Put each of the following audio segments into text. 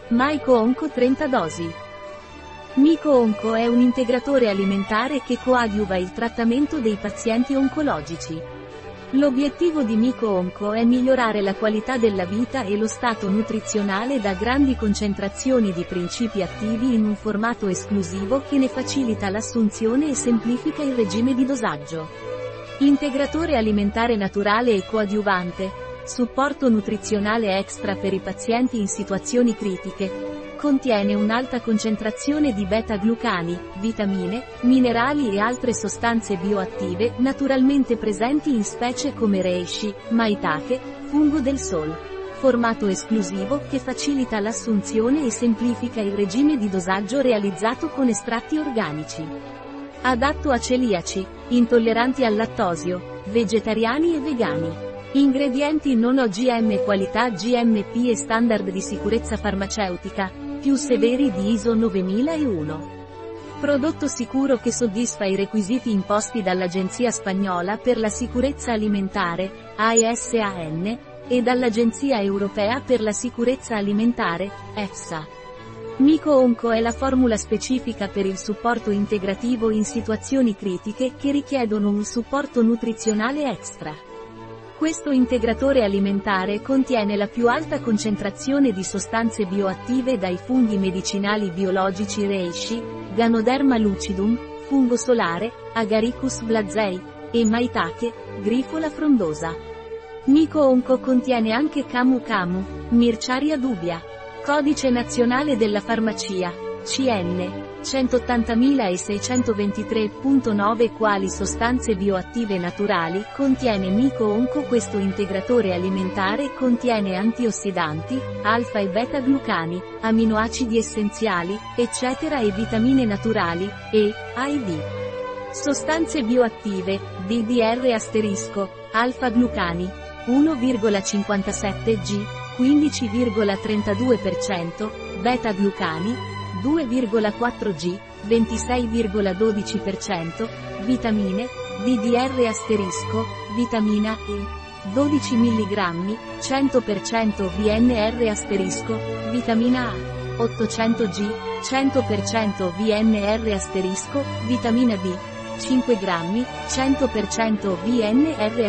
Myco Onco 30 dosi. Myco Onco è un integratore alimentare che coadiuva il trattamento dei pazienti oncologici. L'obiettivo di Myco Onco è migliorare la qualità della vita e lo stato nutrizionale da grandi concentrazioni di principi attivi in un formato esclusivo che ne facilita l'assunzione e semplifica il regime di dosaggio. Integratore alimentare naturale e coadiuvante. Supporto nutrizionale extra per i pazienti in situazioni critiche. Contiene un'alta concentrazione di beta-glucani, vitamine, minerali e altre sostanze bioattive naturalmente presenti in specie come reishi, maitake, fungo del sol. Formato esclusivo che facilita l'assunzione e semplifica il regime di dosaggio realizzato con estratti organici. Adatto a celiaci, intolleranti al lattosio, vegetariani e vegani. Ingredienti non OGM, qualità GMP e standard di sicurezza farmaceutica, più severi di ISO 9001. Prodotto sicuro che soddisfa i requisiti imposti dall'Agenzia Spagnola per la Sicurezza Alimentare, AESAN, e dall'Agenzia Europea per la Sicurezza Alimentare, EFSA. Myco Onco è la formula specifica per il supporto integrativo in situazioni critiche che richiedono un supporto nutrizionale extra. Questo integratore alimentare contiene la più alta concentrazione di sostanze bioattive dai funghi medicinali biologici reishi, Ganoderma lucidum, fungo solare, Agaricus blazei, e maitake, Grifola frondosa. Myco Onco contiene anche Camu Camu, Mircharia dubia. Codice nazionale della farmacia, CN, 180.623.9. Quali sostanze bioattive naturali contiene Myco Onco? Questo integratore alimentare contiene antiossidanti, alfa e beta glucani, aminoacidi essenziali, eccetera e vitamine naturali, E, A e D. Sostanze bioattive, DDR*, alfa glucani, 1,57 g, 15,32%, beta glucani, 2,4 g, 26,12%, vitamine, DDR*, vitamina E, 12 mg, 100% VNR*, vitamina A, 800 g, 100% VNR*, vitamina D, 5 grammi, 100% VNR*,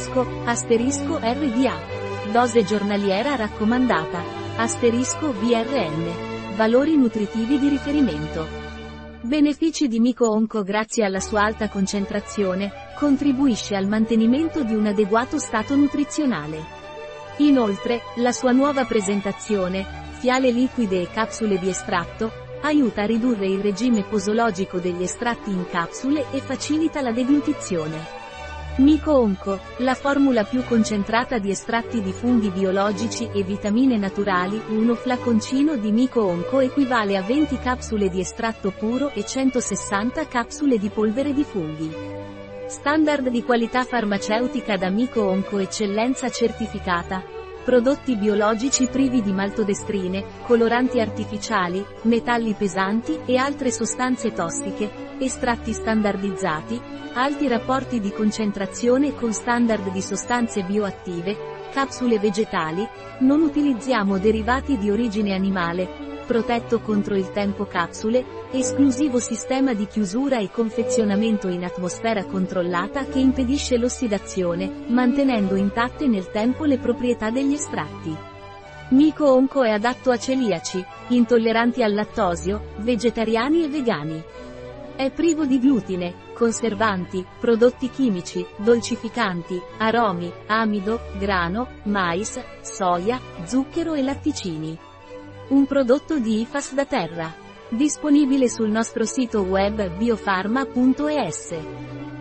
RDA. Dose giornaliera raccomandata, *VRN. Valori nutritivi di riferimento. Benefici di Myco Onco. Grazie alla sua alta concentrazione, contribuisce al mantenimento di un adeguato stato nutrizionale. Inoltre, la sua nuova presentazione, fiale liquide e capsule di estratto, aiuta a ridurre il regime posologico degli estratti in capsule e facilita la deglutizione. Myco Onco, la formula più concentrata di estratti di funghi biologici e vitamine naturali. Uno flaconcino di Myco Onco equivale a 20 capsule di estratto puro e 160 capsule di polvere di funghi. Standard di qualità farmaceutica da Myco Onco, eccellenza certificata. Prodotti biologici privi di maltodestrine, coloranti artificiali, metalli pesanti e altre sostanze tossiche, estratti standardizzati, alti rapporti di concentrazione con standard di sostanze bioattive, capsule vegetali, non utilizziamo derivati di origine animale, protetto contro il tempo capsule, esclusivo sistema di chiusura e confezionamento in atmosfera controllata che impedisce l'ossidazione, mantenendo intatte nel tempo le proprietà degli estratti. Myco Onco è adatto a celiaci, intolleranti al lattosio, vegetariani e vegani. È privo di glutine, conservanti, prodotti chimici, dolcificanti, aromi, amido, grano, mais, soia, zucchero e latticini. Un prodotto di IFAS da Terra. Disponibile sul nostro sito web biofarma.es.